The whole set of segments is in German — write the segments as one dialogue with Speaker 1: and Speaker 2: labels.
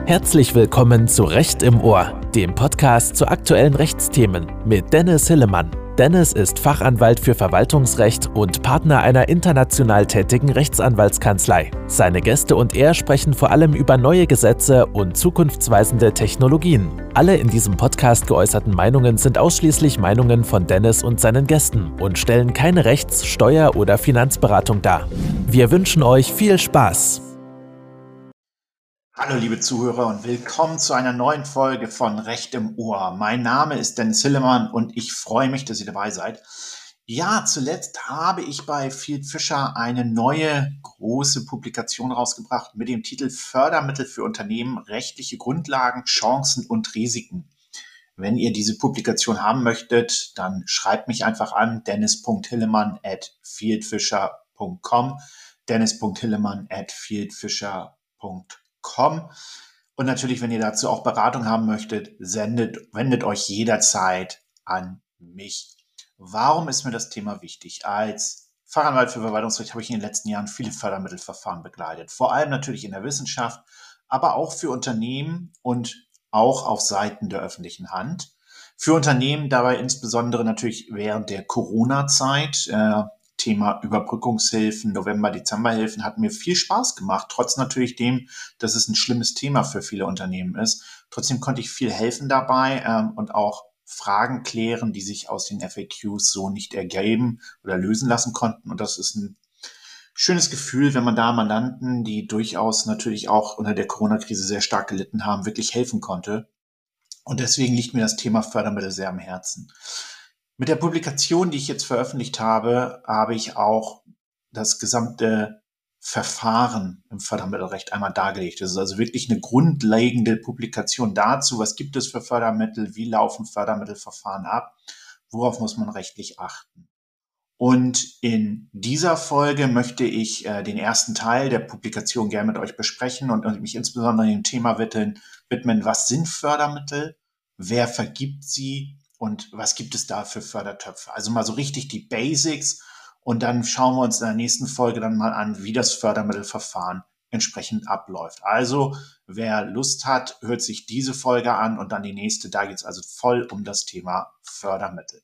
Speaker 1: Herzlich willkommen zu Recht im Ohr, dem Podcast zu aktuellen Rechtsthemen mit Dennis Hillemann. Dennis ist Fachanwalt für Verwaltungsrecht und Partner einer international tätigen Rechtsanwaltskanzlei. Seine Gäste und er sprechen vor allem über neue Gesetze und zukunftsweisende Technologien. Alle in diesem Podcast geäußerten Meinungen sind ausschließlich Meinungen von Dennis und seinen Gästen und stellen keine Rechts-, Steuer- oder Finanzberatung dar. Wir wünschen euch viel Spaß.
Speaker 2: Hallo liebe Zuhörer und willkommen zu einer neuen Folge von Recht im Ohr. Mein Name ist Dennis Hillemann und ich freue mich, dass ihr dabei seid. Ja, zuletzt habe ich bei Field Fischer eine neue große Publikation rausgebracht mit dem Titel Fördermittel für Unternehmen, rechtliche Grundlagen, Chancen und Risiken. Wenn ihr diese Publikation haben möchtet, dann schreibt mich einfach an dennis.hillemann@fieldfischer.com dennis.hillemann@fieldfischer.com. Und natürlich, wenn ihr dazu auch Beratung haben möchtet, wendet euch jederzeit an mich. Warum ist mir das Thema wichtig? Als Fachanwalt für Verwaltungsrecht habe ich in den letzten Jahren viele Fördermittelverfahren begleitet. Vor allem natürlich in der Wissenschaft, aber auch für Unternehmen und auch auf Seiten der öffentlichen Hand. Für Unternehmen dabei insbesondere natürlich während der Corona-Zeit. Thema Überbrückungshilfen, November-Dezember-Hilfen hat mir viel Spaß gemacht, trotz natürlich dem, dass es ein schlimmes Thema für viele Unternehmen ist. Trotzdem konnte ich viel helfen dabei und auch Fragen klären, die sich aus den FAQs so nicht ergeben oder lösen lassen konnten. Und das ist ein schönes Gefühl, wenn man da Mandanten, die durchaus natürlich auch unter der Corona-Krise sehr stark gelitten haben, wirklich helfen konnte. Und deswegen liegt mir das Thema Fördermittel sehr am Herzen. Mit der Publikation, die ich jetzt veröffentlicht habe, habe ich auch das gesamte Verfahren im Fördermittelrecht einmal dargelegt. Das ist also wirklich eine grundlegende Publikation dazu, was gibt es für Fördermittel, wie laufen Fördermittelverfahren ab, worauf muss man rechtlich achten. Und in dieser Folge möchte ich den ersten Teil der Publikation gerne mit euch besprechen und mich insbesondere dem Thema widmen, was sind Fördermittel, wer vergibt sie, und was gibt es da für Fördertöpfe? Also mal so richtig die Basics und dann schauen wir uns in der nächsten Folge dann mal an, wie das Fördermittelverfahren entsprechend abläuft. Also wer Lust hat, hört sich diese Folge an und dann die nächste. Da geht es also voll um das Thema Fördermittel.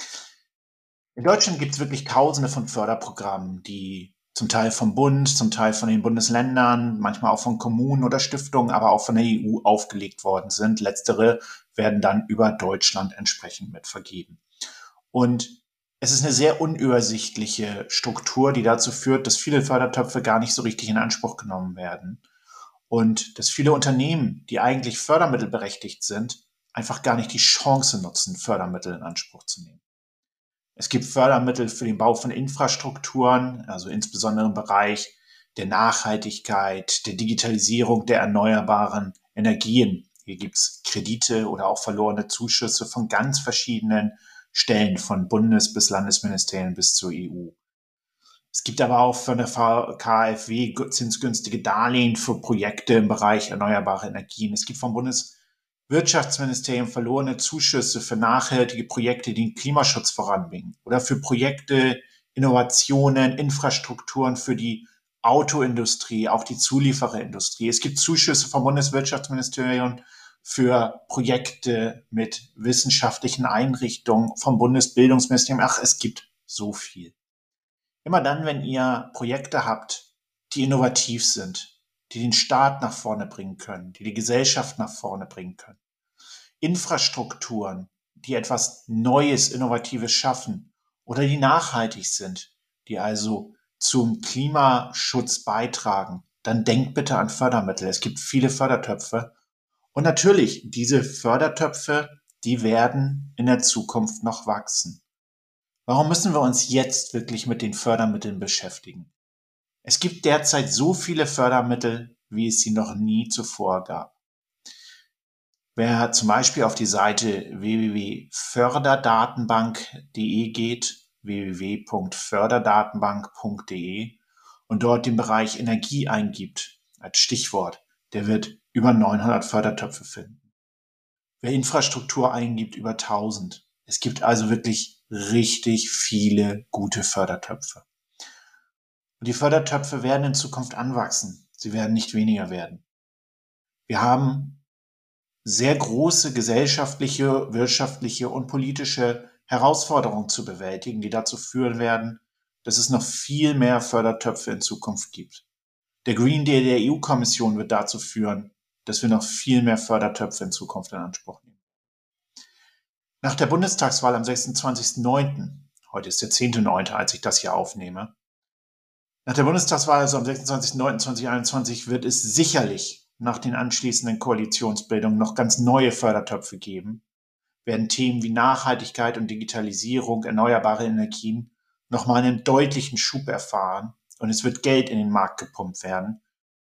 Speaker 2: In Deutschland gibt es wirklich tausende von Förderprogrammen, die zum Teil vom Bund, zum Teil von den Bundesländern, manchmal auch von Kommunen oder Stiftungen, aber auch von der EU aufgelegt worden sind. Letztere werden dann über Deutschland entsprechend mit vergeben. Und es ist eine sehr unübersichtliche Struktur, die dazu führt, dass viele Fördertöpfe gar nicht so richtig in Anspruch genommen werden. Und dass viele Unternehmen, die eigentlich fördermittelberechtigt sind, einfach gar nicht die Chance nutzen, Fördermittel in Anspruch zu nehmen. Es gibt Fördermittel für den Bau von Infrastrukturen, also insbesondere im Bereich der Nachhaltigkeit, der Digitalisierung, der erneuerbaren Energien. Hier gibt es Kredite oder auch verlorene Zuschüsse von ganz verschiedenen Stellen, von Bundes- bis Landesministerien bis zur EU. Es gibt aber auch von der KfW zinsgünstige Darlehen für Projekte im Bereich erneuerbare Energien. Es gibt vom Bundeswirtschaftsministerium verlorene Zuschüsse für nachhaltige Projekte, die den Klimaschutz voranbringen oder für Projekte, Innovationen, Infrastrukturen für die Autoindustrie, auch die Zuliefererindustrie. Es gibt Zuschüsse vom Bundeswirtschaftsministerium für Projekte mit wissenschaftlichen Einrichtungen, vom Bundesbildungsministerium. Ach, es gibt so viel. Immer dann, wenn ihr Projekte habt, die innovativ sind, die den Staat nach vorne bringen können, die die Gesellschaft nach vorne bringen können. Infrastrukturen, die etwas Neues, Innovatives schaffen oder die nachhaltig sind, die also zum Klimaschutz beitragen, dann denkt bitte an Fördermittel. Es gibt viele Fördertöpfe. Und natürlich, diese Fördertöpfe, die werden in der Zukunft noch wachsen. Warum müssen wir uns jetzt wirklich mit den Fördermitteln beschäftigen? Es gibt derzeit so viele Fördermittel, wie es sie noch nie zuvor gab. Wer zum Beispiel auf die Seite www.förderdatenbank.de geht, www.förderdatenbank.de, und dort den Bereich Energie eingibt als Stichwort, der wird über 900 Fördertöpfe finden. Wer Infrastruktur eingibt, über 1000. Es gibt also wirklich richtig viele gute Fördertöpfe. Und die Fördertöpfe werden in Zukunft anwachsen. Sie werden nicht weniger werden. Wir haben sehr große gesellschaftliche, wirtschaftliche und politische Herausforderungen zu bewältigen, die dazu führen werden, dass es noch viel mehr Fördertöpfe in Zukunft gibt. Der Green Deal der EU-Kommission wird dazu führen, dass wir noch viel mehr Fördertöpfe in Zukunft in Anspruch nehmen. Nach der Bundestagswahl am 26.09., heute ist der 10.09., als ich das hier aufnehme, nach der Bundestagswahl, also am 26.09.2021, wird es sicherlich nach den anschließenden Koalitionsbildungen noch ganz neue Fördertöpfe geben, werden Themen wie Nachhaltigkeit und Digitalisierung, erneuerbare Energien nochmal einen deutlichen Schub erfahren und es wird Geld in den Markt gepumpt werden,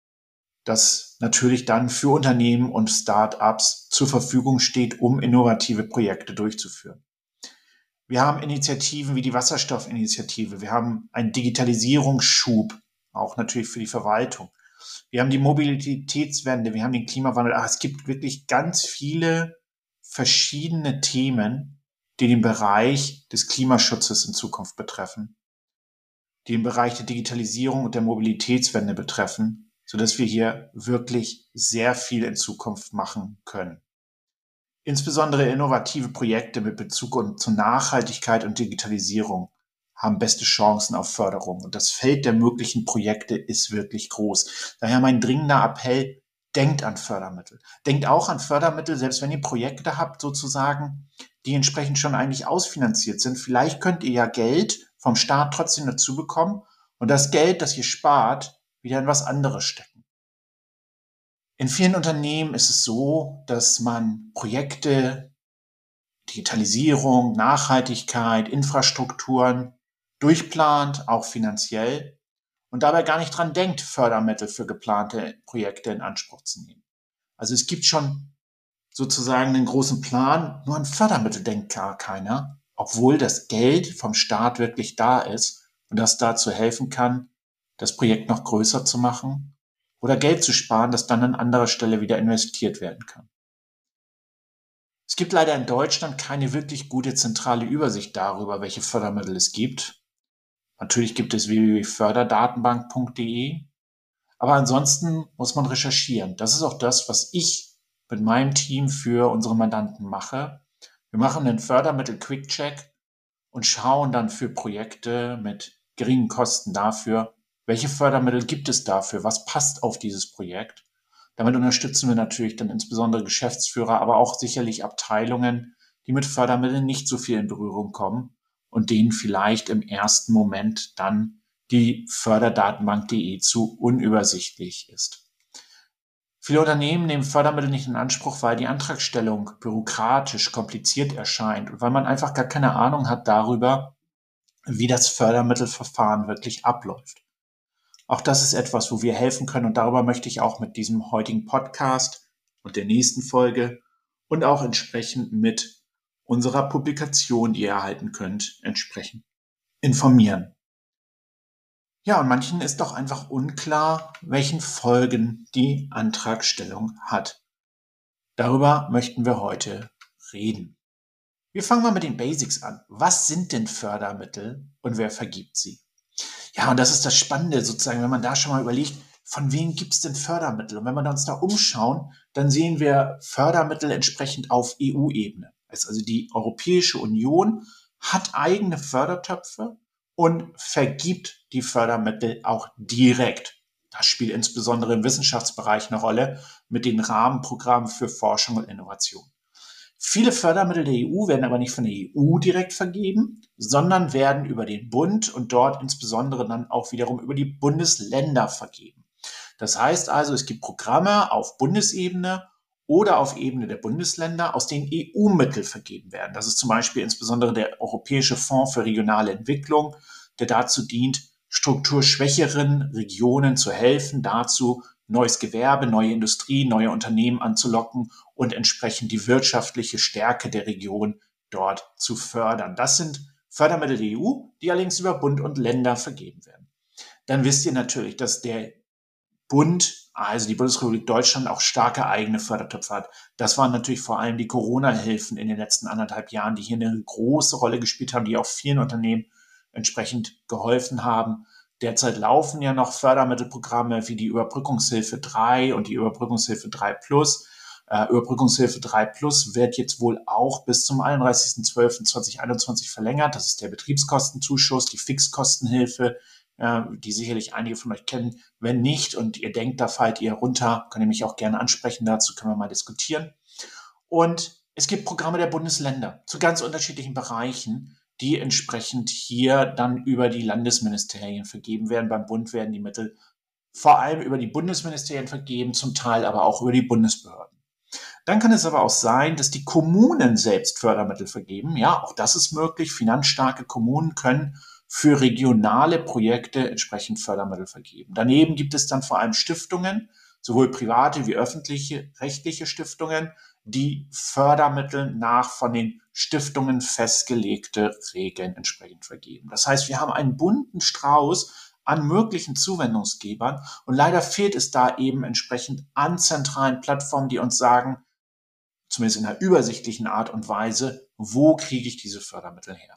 Speaker 2: das natürlich dann für Unternehmen und Start-ups zur Verfügung steht, um innovative Projekte durchzuführen. Wir haben Initiativen wie die Wasserstoffinitiative, wir haben einen Digitalisierungsschub, auch natürlich für die Verwaltung. Wir haben die Mobilitätswende, wir haben den Klimawandel. Es gibt wirklich ganz viele verschiedene Themen, die den Bereich des Klimaschutzes in Zukunft betreffen, die den Bereich der Digitalisierung und der Mobilitätswende betreffen, sodass wir hier wirklich sehr viel in Zukunft machen können. Insbesondere innovative Projekte mit Bezug zur Nachhaltigkeit und Digitalisierung haben beste Chancen auf Förderung. Und das Feld der möglichen Projekte ist wirklich groß. Daher mein dringender Appell, denkt an Fördermittel. Denkt auch an Fördermittel, selbst wenn ihr Projekte habt sozusagen, die entsprechend schon eigentlich ausfinanziert sind. Vielleicht könnt ihr ja Geld vom Staat trotzdem dazu bekommen und das Geld, das ihr spart, wieder in was anderes stecken. In vielen Unternehmen ist es so, dass man Projekte, Digitalisierung, Nachhaltigkeit, Infrastrukturen durchplant, auch finanziell, und dabei gar nicht dran denkt, Fördermittel für geplante Projekte in Anspruch zu nehmen. Also es gibt schon sozusagen einen großen Plan, nur an Fördermittel denkt gar keiner, obwohl das Geld vom Staat wirklich da ist und das dazu helfen kann, das Projekt noch größer zu machen oder Geld zu sparen, das dann an anderer Stelle wieder investiert werden kann. Es gibt leider in Deutschland keine wirklich gute zentrale Übersicht darüber, welche Fördermittel es gibt. Natürlich gibt es www.förderdatenbank.de, aber ansonsten muss man recherchieren. Das ist auch das, was ich mit meinem Team für unsere Mandanten mache. Wir machen einen Fördermittel-Quick-Check und schauen dann für Projekte mit geringen Kosten dafür, welche Fördermittel gibt es dafür, was passt auf dieses Projekt. Damit unterstützen wir natürlich dann insbesondere Geschäftsführer, aber auch sicherlich Abteilungen, die mit Fördermitteln nicht so viel in Berührung kommen und denen vielleicht im ersten Moment dann die Förderdatenbank.de zu unübersichtlich ist. Viele Unternehmen nehmen Fördermittel nicht in Anspruch, weil die Antragstellung bürokratisch kompliziert erscheint und weil man einfach gar keine Ahnung hat darüber, wie das Fördermittelverfahren wirklich abläuft. Auch das ist etwas, wo wir helfen können und darüber möchte ich auch mit diesem heutigen Podcast und der nächsten Folge und auch entsprechend mit unserer Publikation, die ihr erhalten könnt, entsprechend informieren. Ja, und manchen ist doch einfach unklar, welchen Folgen die Antragstellung hat. Darüber möchten wir heute reden. Wir fangen mal mit den Basics an. Was sind denn Fördermittel und wer vergibt sie? Ja, und das ist das Spannende sozusagen, wenn man da schon mal überlegt, von wem gibt es denn Fördermittel? Und wenn wir uns da umschauen, dann sehen wir Fördermittel entsprechend auf EU-Ebene. Also die Europäische Union hat eigene Fördertöpfe und vergibt die Fördermittel auch direkt. Das spielt insbesondere im Wissenschaftsbereich eine Rolle mit den Rahmenprogrammen für Forschung und Innovation. Viele Fördermittel der EU werden aber nicht von der EU direkt vergeben, sondern werden über den Bund und dort insbesondere dann auch wiederum über die Bundesländer vergeben. Das heißt also, es gibt Programme auf Bundesebene oder auf Ebene der Bundesländer, aus denen EU-Mittel vergeben werden. Das ist zum Beispiel insbesondere der Europäische Fonds für regionale Entwicklung, der dazu dient, strukturschwächeren Regionen zu helfen, dazu neues Gewerbe, neue Industrie, neue Unternehmen anzulocken und entsprechend die wirtschaftliche Stärke der Region dort zu fördern. Das sind Fördermittel der EU, die allerdings über Bund und Länder vergeben werden. Dann wisst ihr natürlich, dass der Bund, also die Bundesrepublik Deutschland, auch starke eigene Fördertöpfe hat. Das waren natürlich vor allem die Corona-Hilfen in den letzten 1,5 Jahren, die hier eine große Rolle gespielt haben, die auch vielen Unternehmen entsprechend geholfen haben, Derzeit laufen ja noch Fördermittelprogramme wie die Überbrückungshilfe 3 und die Überbrückungshilfe 3 Plus. Überbrückungshilfe 3 Plus wird jetzt wohl auch bis zum 31.12.2021 verlängert. Das ist der Betriebskostenzuschuss, die Fixkostenhilfe, die sicherlich einige von euch kennen. Wenn nicht und ihr denkt, da fallt ihr runter, könnt ihr mich auch gerne ansprechen. Dazu können wir mal diskutieren. Und es gibt Programme der Bundesländer zu ganz unterschiedlichen Bereichen, die entsprechend hier dann über die Landesministerien vergeben werden. Beim Bund werden die Mittel vor allem über die Bundesministerien vergeben, zum Teil aber auch über die Bundesbehörden. Dann kann es aber auch sein, dass die Kommunen selbst Fördermittel vergeben. Ja, auch das ist möglich. Finanzstarke Kommunen können für regionale Projekte entsprechend Fördermittel vergeben. Daneben gibt es dann vor allem Stiftungen, sowohl private wie öffentliche, rechtliche Stiftungen, die Fördermittel nach von den Stiftungen festgelegte Regeln entsprechend vergeben. Das heißt, wir haben einen bunten Strauß an möglichen Zuwendungsgebern und leider fehlt es da eben entsprechend an zentralen Plattformen, die uns sagen, zumindest in einer übersichtlichen Art und Weise, wo kriege ich diese Fördermittel her.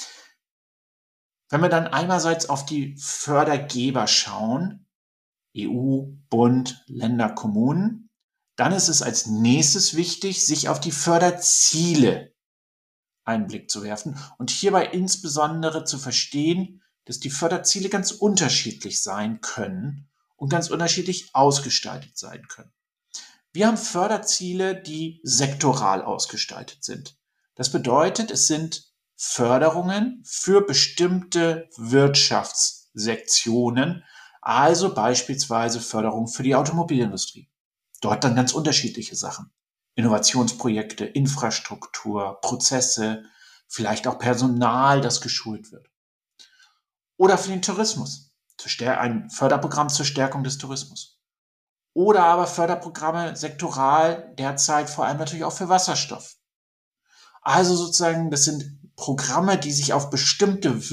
Speaker 2: Wenn wir dann einerseits auf die Fördergeber schauen, EU, Bund, Länder, Kommunen, dann ist es als nächstes wichtig, sich auf die Förderziele einen Blick zu werfen und hierbei insbesondere zu verstehen, dass die Förderziele ganz unterschiedlich sein können und ganz unterschiedlich ausgestaltet sein können. Wir haben Förderziele, die sektoral ausgestaltet sind. Das bedeutet, es sind Förderungen für bestimmte Wirtschaftssektionen, also beispielsweise Förderung für die Automobilindustrie. Dort dann ganz unterschiedliche Sachen. Innovationsprojekte, Infrastruktur, Prozesse, vielleicht auch Personal, das geschult wird. Oder für den Tourismus, ein Förderprogramm zur Stärkung des Tourismus. Oder aber Förderprogramme sektoral derzeit vor allem natürlich auch für Wasserstoff. Also sozusagen, das sind Programme, die sich auf bestimmte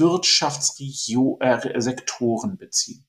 Speaker 2: Wirtschaftssektoren beziehen.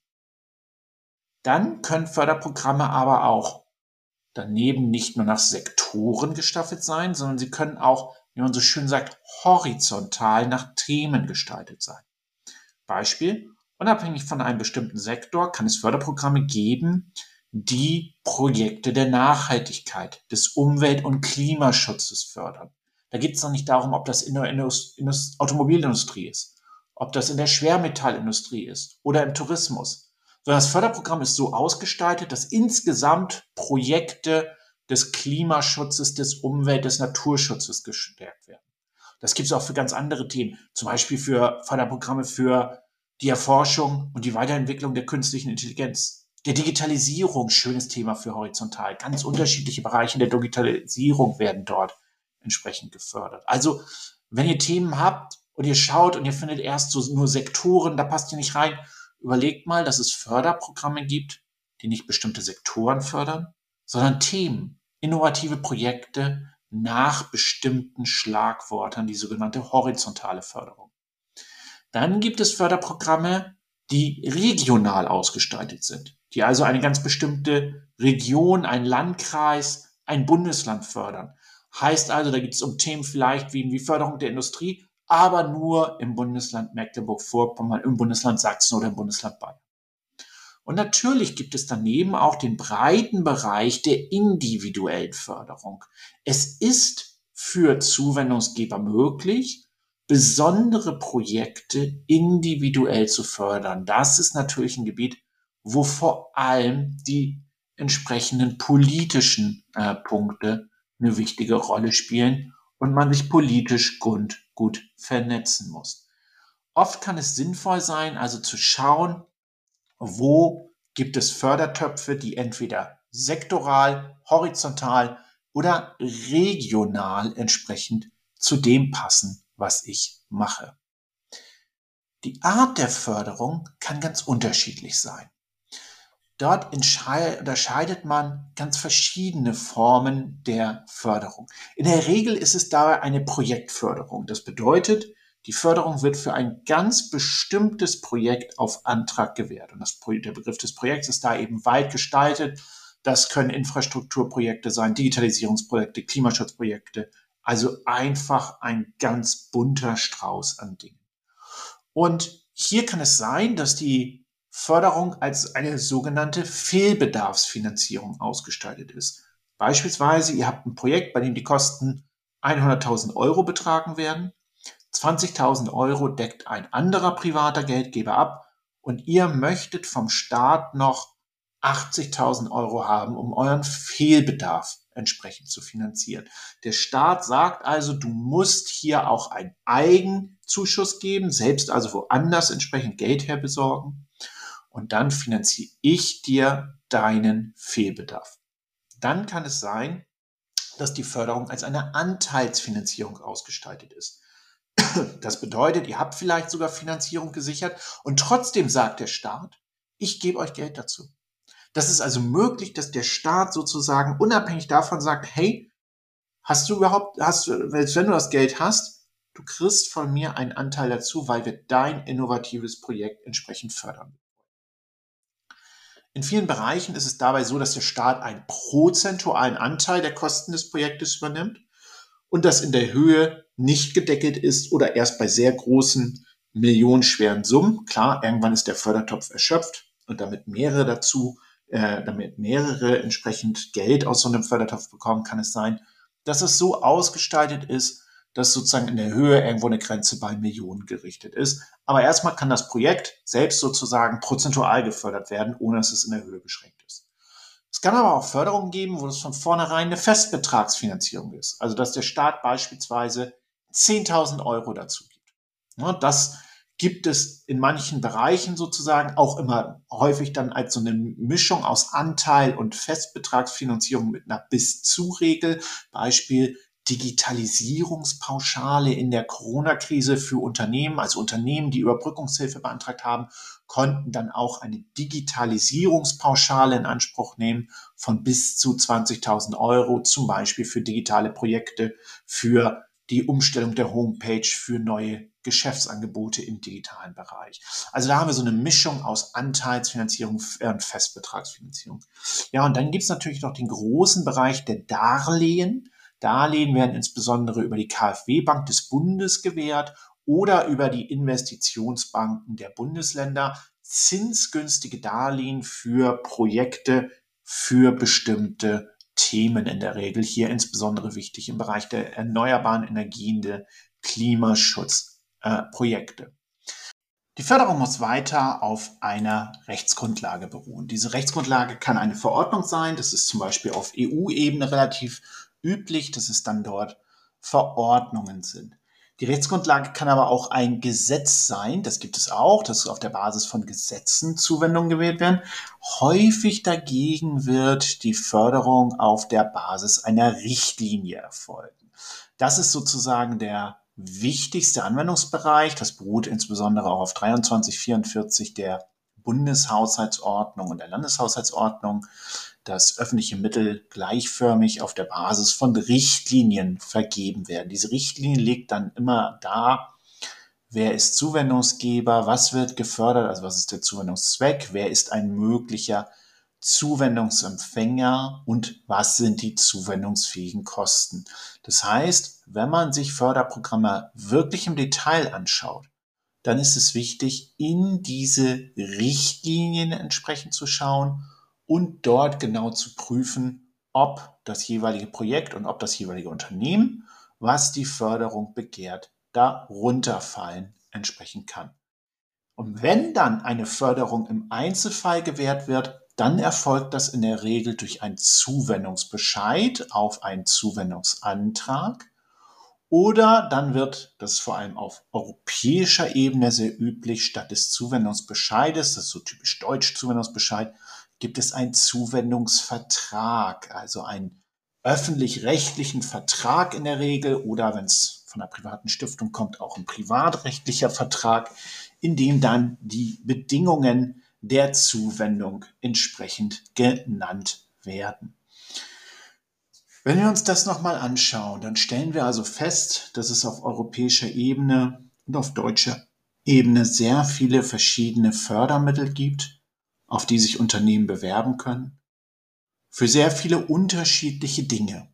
Speaker 2: Dann können Förderprogramme aber auch daneben nicht nur nach Sektoren gestaffelt sein, sondern sie können auch, wie man so schön sagt, horizontal nach Themen gestaltet sein. Beispiel, unabhängig von einem bestimmten Sektor kann es Förderprogramme geben, die Projekte der Nachhaltigkeit, des Umwelt- und Klimaschutzes fördern. Da geht es noch nicht darum, ob das in der Automobilindustrie ist, ob das in der Schwermetallindustrie ist oder im Tourismus, sondern das Förderprogramm ist so ausgestaltet, dass insgesamt Projekte des Klimaschutzes, des Umwelt-, des Naturschutzes gestärkt werden. Das gibt es auch für ganz andere Themen, zum Beispiel für Förderprogramme für die Erforschung und die Weiterentwicklung der künstlichen Intelligenz, der Digitalisierung, schönes Thema für horizontal. Ganz unterschiedliche Bereiche der Digitalisierung werden dort entsprechend gefördert. Also, wenn ihr Themen habt und ihr schaut und ihr findet erst so nur Sektoren, da passt ihr nicht rein, überlegt mal, dass es Förderprogramme gibt, die nicht bestimmte Sektoren fördern, sondern Themen, innovative Projekte nach bestimmten Schlagwörtern, die sogenannte horizontale Förderung. Dann gibt es Förderprogramme, die regional ausgestaltet sind, die also eine ganz bestimmte Region, ein Landkreis, ein Bundesland fördern. Heißt also, da geht es um Themen vielleicht wie Förderung der Industrie, aber nur im Bundesland Mecklenburg-Vorpommern, im Bundesland Sachsen oder im Bundesland Bayern. Und natürlich gibt es daneben auch den breiten Bereich der individuellen Förderung. Es ist für Zuwendungsgeber möglich, besondere Projekte individuell zu fördern. Das ist natürlich ein Gebiet, wo vor allem die entsprechenden politischen Punkte eine wichtige Rolle spielen und man sich politisch gut vernetzen muss. Oft kann es sinnvoll sein, also zu schauen, wo gibt es Fördertöpfe, die entweder sektoral, horizontal oder regional entsprechend zu dem passen, was ich mache. Die Art der Förderung kann ganz unterschiedlich sein. Dort unterscheidet man ganz verschiedene Formen der Förderung. In der Regel ist es dabei eine Projektförderung. Das bedeutet, die Förderung wird für ein ganz bestimmtes Projekt auf Antrag gewährt. Und der Begriff des Projekts ist da eben weit gestaltet. Das können Infrastrukturprojekte sein, Digitalisierungsprojekte, Klimaschutzprojekte. Also einfach ein ganz bunter Strauß an Dingen. Und hier kann es sein, dass die Förderung als eine sogenannte Fehlbedarfsfinanzierung ausgestaltet ist. Beispielsweise, ihr habt ein Projekt, bei dem die Kosten 100.000 Euro betragen werden. 20.000 Euro deckt ein anderer privater Geldgeber ab und ihr möchtet vom Staat noch 80.000 Euro haben, um euren Fehlbedarf entsprechend zu finanzieren. Der Staat sagt also, du musst hier auch einen Eigenzuschuss geben, selbst also woanders entsprechend Geld herbesorgen und dann finanziere ich dir deinen Fehlbedarf. Dann kann es sein, dass die Förderung als eine Anteilsfinanzierung ausgestaltet ist. Das bedeutet, ihr habt vielleicht sogar Finanzierung gesichert und trotzdem sagt der Staat, ich gebe euch Geld dazu. Das ist also möglich, dass der Staat sozusagen unabhängig davon sagt, hey, wenn du das Geld hast, du kriegst von mir einen Anteil dazu, weil wir dein innovatives Projekt entsprechend fördern. In vielen Bereichen ist es dabei so, dass der Staat einen prozentualen Anteil der Kosten des Projektes übernimmt und das in der Höhe nicht gedeckelt ist oder erst bei sehr großen, millionenschweren Summen. Klar, irgendwann ist der Fördertopf erschöpft und damit mehrere entsprechend Geld aus so einem Fördertopf bekommen, kann es sein, dass es so ausgestaltet ist, dass sozusagen in der Höhe irgendwo eine Grenze bei Millionen gerichtet ist. Aber erstmal kann das Projekt selbst sozusagen prozentual gefördert werden, ohne dass es in der Höhe beschränkt ist. Es kann aber auch Förderungen geben, wo es von vornherein eine Festbetragsfinanzierung ist. Also dass der Staat beispielsweise 10.000 Euro dazu gibt. Ja, das gibt es in manchen Bereichen sozusagen auch immer häufig dann als so eine Mischung aus Anteil und Festbetragsfinanzierung mit einer Bis-zu-Regel. Beispiel Digitalisierungspauschale in der Corona-Krise für Unternehmen. Also Unternehmen, die Überbrückungshilfe beantragt haben, konnten dann auch eine Digitalisierungspauschale in Anspruch nehmen von bis zu 20.000 Euro, zum Beispiel für digitale Projekte, für die Umstellung der Homepage, für neue Geschäftsangebote im digitalen Bereich. Also da haben wir so eine Mischung aus Anteilsfinanzierung und Festbetragsfinanzierung. Ja, und dann gibt es natürlich noch den großen Bereich der Darlehen. Darlehen werden insbesondere über die KfW-Bank des Bundes gewährt oder über die Investitionsbanken der Bundesländer. Zinsgünstige Darlehen für Projekte, für bestimmte Themen in der Regel. Hier insbesondere wichtig im Bereich der erneuerbaren Energien, der Klimaschutzprojekte. Die Förderung muss weiter auf einer Rechtsgrundlage beruhen. Diese Rechtsgrundlage kann eine Verordnung sein. Das ist zum Beispiel auf EU-Ebene relativ üblich, dass es dann dort Verordnungen sind. Die Rechtsgrundlage kann aber auch ein Gesetz sein. Das gibt es auch, dass auf der Basis von Gesetzen Zuwendungen gewählt werden. Häufig dagegen wird die Förderung auf der Basis einer Richtlinie erfolgen. Das ist sozusagen der wichtigste Anwendungsbereich. Das beruht insbesondere auch auf 2344 der Bundeshaushaltsordnung und der Landeshaushaltsordnung, dass öffentliche Mittel gleichförmig auf der Basis von Richtlinien vergeben werden. Diese Richtlinie legt dann immer dar, wer ist Zuwendungsgeber, was wird gefördert, also was ist der Zuwendungszweck, wer ist ein möglicher Zuwendungsempfänger und was sind die zuwendungsfähigen Kosten. Das heißt, wenn man sich Förderprogramme wirklich im Detail anschaut, dann ist es wichtig, in diese Richtlinien entsprechend zu schauen und dort genau zu prüfen, ob das jeweilige Projekt und ob das jeweilige Unternehmen, was die Förderung begehrt, darunter fallen entsprechend kann. Und wenn dann eine Förderung im Einzelfall gewährt wird, dann erfolgt das in der Regel durch einen Zuwendungsbescheid auf einen Zuwendungsantrag. Oder dann wird, das ist vor allem auf europäischer Ebene sehr üblich, statt des Zuwendungsbescheides, das ist so typisch deutsch Zuwendungsbescheid, gibt es einen Zuwendungsvertrag, also einen öffentlich-rechtlichen Vertrag in der Regel oder wenn es von einer privaten Stiftung kommt, auch ein privatrechtlicher Vertrag, in dem dann die Bedingungen der Zuwendung entsprechend genannt werden. Wenn wir uns das nochmal anschauen, dann stellen wir also fest, dass es auf europäischer Ebene und auf deutscher Ebene sehr viele verschiedene Fördermittel gibt, auf die sich Unternehmen bewerben können, für sehr viele unterschiedliche Dinge.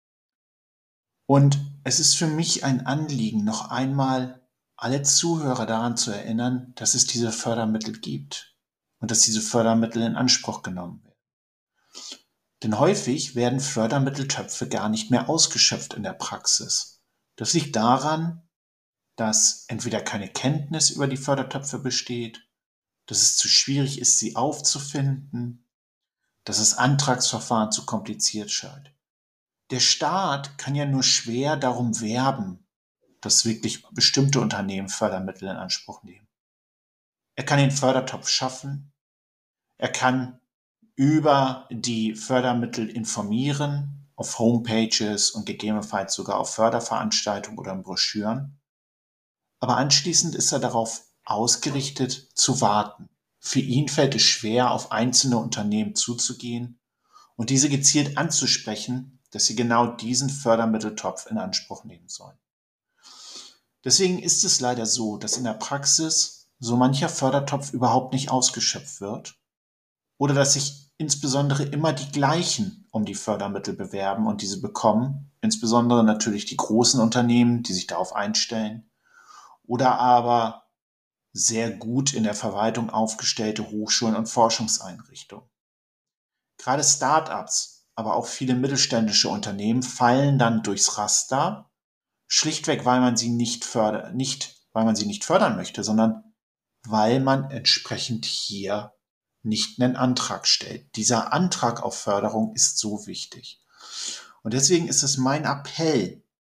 Speaker 2: Und es ist für mich ein Anliegen, noch einmal alle Zuhörer daran zu erinnern, dass es diese Fördermittel gibt. und dass diese Fördermittel in Anspruch genommen werden. Denn häufig werden Fördermitteltöpfe gar nicht mehr ausgeschöpft in der Praxis. Das liegt daran, dass entweder keine Kenntnis über die Fördertöpfe besteht, dass es zu schwierig ist, sie aufzufinden, dass das Antragsverfahren zu kompliziert scheint. Der Staat kann ja nur schwer darum werben, dass wirklich bestimmte Unternehmen Fördermittel in Anspruch nehmen. Er kann den Fördertopf schaffen, er kann über die Fördermittel informieren, auf Homepages und gegebenenfalls sogar auf Förderveranstaltungen oder in Broschüren. Aber anschließend ist er darauf ausgerichtet, zu warten. Für ihn fällt es schwer, auf einzelne Unternehmen zuzugehen und diese gezielt anzusprechen, dass sie genau diesen Fördermitteltopf in Anspruch nehmen sollen. Deswegen ist es leider so, dass in der Praxis so mancher Fördertopf überhaupt nicht ausgeschöpft wird oder dass sich insbesondere immer die gleichen um die Fördermittel bewerben und diese bekommen, insbesondere natürlich die großen Unternehmen, die sich darauf einstellen, oder aber sehr gut in der Verwaltung aufgestellte Hochschulen und Forschungseinrichtungen. Gerade Start-ups, aber auch viele mittelständische Unternehmen fallen dann durchs Raster, schlichtweg, weil man sie nicht fördern möchte, sondern weil man entsprechend hier nicht einen Antrag stellt. Dieser Antrag auf Förderung ist so wichtig. Und deswegen ist es mein Appell,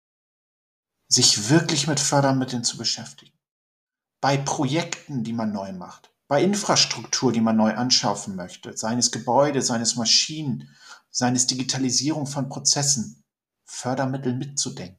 Speaker 2: sich wirklich mit Fördermitteln zu beschäftigen. Bei Projekten, die man neu macht, bei Infrastruktur, die man neu anschaffen möchte, seien es Gebäude, seien es Maschinen, seien es Digitalisierung von Prozessen, Fördermittel mitzudenken.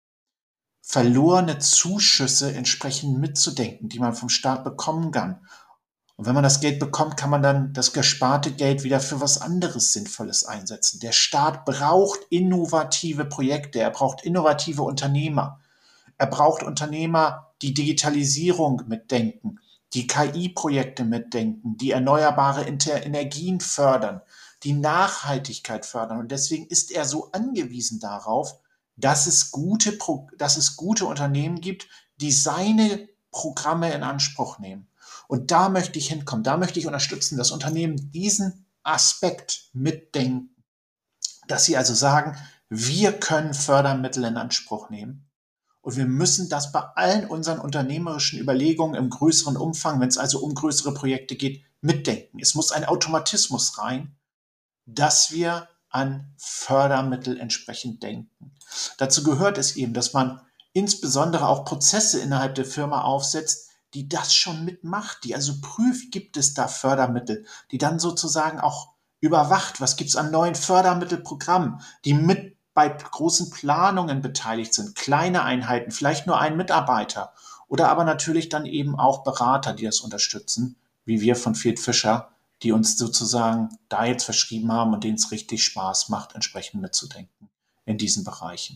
Speaker 2: Verlorene Zuschüsse entsprechend mitzudenken, die man vom Staat bekommen kann. Und wenn man das Geld bekommt, kann man dann das gesparte Geld wieder für was anderes Sinnvolles einsetzen. Der Staat braucht innovative Projekte, er braucht innovative Unternehmer. Er braucht Unternehmer, die Digitalisierung mitdenken, die KI-Projekte mitdenken, die erneuerbare Energien fördern, die Nachhaltigkeit fördern. Und deswegen ist er so angewiesen darauf, dass es gute Unternehmen gibt, die seine Programme in Anspruch nehmen. Und da möchte ich hinkommen, da möchte ich unterstützen, dass Unternehmen diesen Aspekt mitdenken, dass sie also sagen, wir können Fördermittel in Anspruch nehmen. Und wir müssen das bei allen unseren unternehmerischen Überlegungen im größeren Umfang, wenn es also um größere Projekte geht, mitdenken. Es muss ein Automatismus rein, dass wir an Fördermittel entsprechend denken. Dazu gehört es eben, dass man insbesondere auch Prozesse innerhalb der Firma aufsetzt, die das schon mitmacht, die also prüft, gibt es da Fördermittel, die dann sozusagen auch überwacht, was gibt es an neuen Fördermittelprogrammen, die mit bei großen Planungen beteiligt sind, kleine Einheiten, vielleicht nur ein Mitarbeiter oder aber natürlich dann eben auch Berater, die das unterstützen, wie wir von Field Fischer, die uns sozusagen da jetzt verschrieben haben und denen es richtig Spaß macht, entsprechend mitzudenken in diesen Bereichen.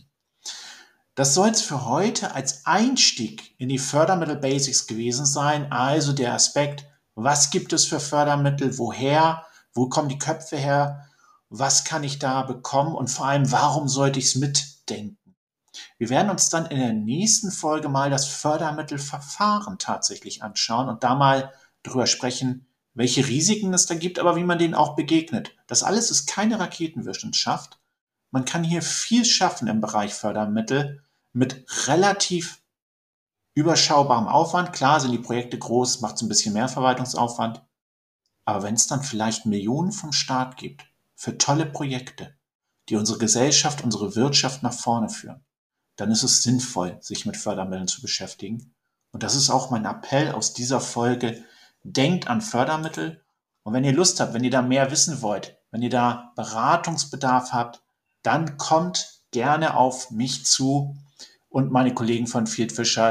Speaker 2: Das soll es für heute als Einstieg in die Fördermittel-Basics gewesen sein, also der Aspekt, was gibt es für Fördermittel, woher, wo kommen die Köpfe her, was kann ich da bekommen und vor allem, warum sollte ich es mitdenken? Wir werden uns dann in der nächsten Folge mal das Fördermittelverfahren tatsächlich anschauen und da mal drüber sprechen, welche Risiken es da gibt, aber wie man denen auch begegnet. Das alles ist keine Raketenwissenschaft. Man kann hier viel schaffen im Bereich Fördermittel mit relativ überschaubarem Aufwand. Klar sind die Projekte groß, macht es ein bisschen mehr Verwaltungsaufwand. Aber wenn es dann vielleicht Millionen vom Staat gibt für tolle Projekte, die unsere Gesellschaft, unsere Wirtschaft nach vorne führen, dann ist es sinnvoll, sich mit Fördermitteln zu beschäftigen. Und das ist auch mein Appell aus dieser Folge. Denkt an Fördermittel. Und wenn ihr Lust habt, wenn ihr da mehr wissen wollt, wenn ihr da Beratungsbedarf habt, dann kommt gerne auf mich zu und meine Kollegen von Field Fischer,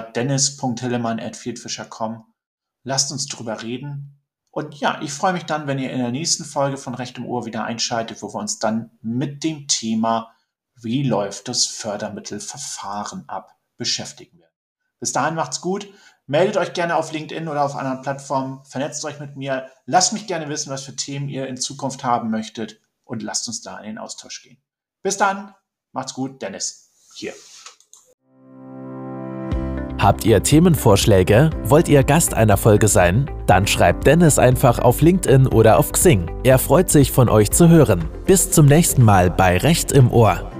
Speaker 2: dennis.hillemann@fieldfischer.com. Lasst uns drüber reden. Und ja, ich freue mich dann, wenn ihr in der nächsten Folge von Recht im Ohr wieder einschaltet, wo wir uns dann mit dem Thema, wie läuft das Fördermittelverfahren ab, beschäftigen werden. Bis dahin macht's gut. Meldet euch gerne auf LinkedIn oder auf anderen Plattformen. Vernetzt euch mit mir. Lasst mich gerne wissen, was für Themen ihr in Zukunft haben möchtet. Und lasst uns da in den Austausch gehen. Bis dann. Macht's gut. Dennis hier.
Speaker 1: Habt ihr Themenvorschläge? Wollt ihr Gast einer Folge sein? Dann schreibt Dennis einfach auf LinkedIn oder auf Xing. Er freut sich, von euch zu hören. Bis zum nächsten Mal bei Recht im Ohr.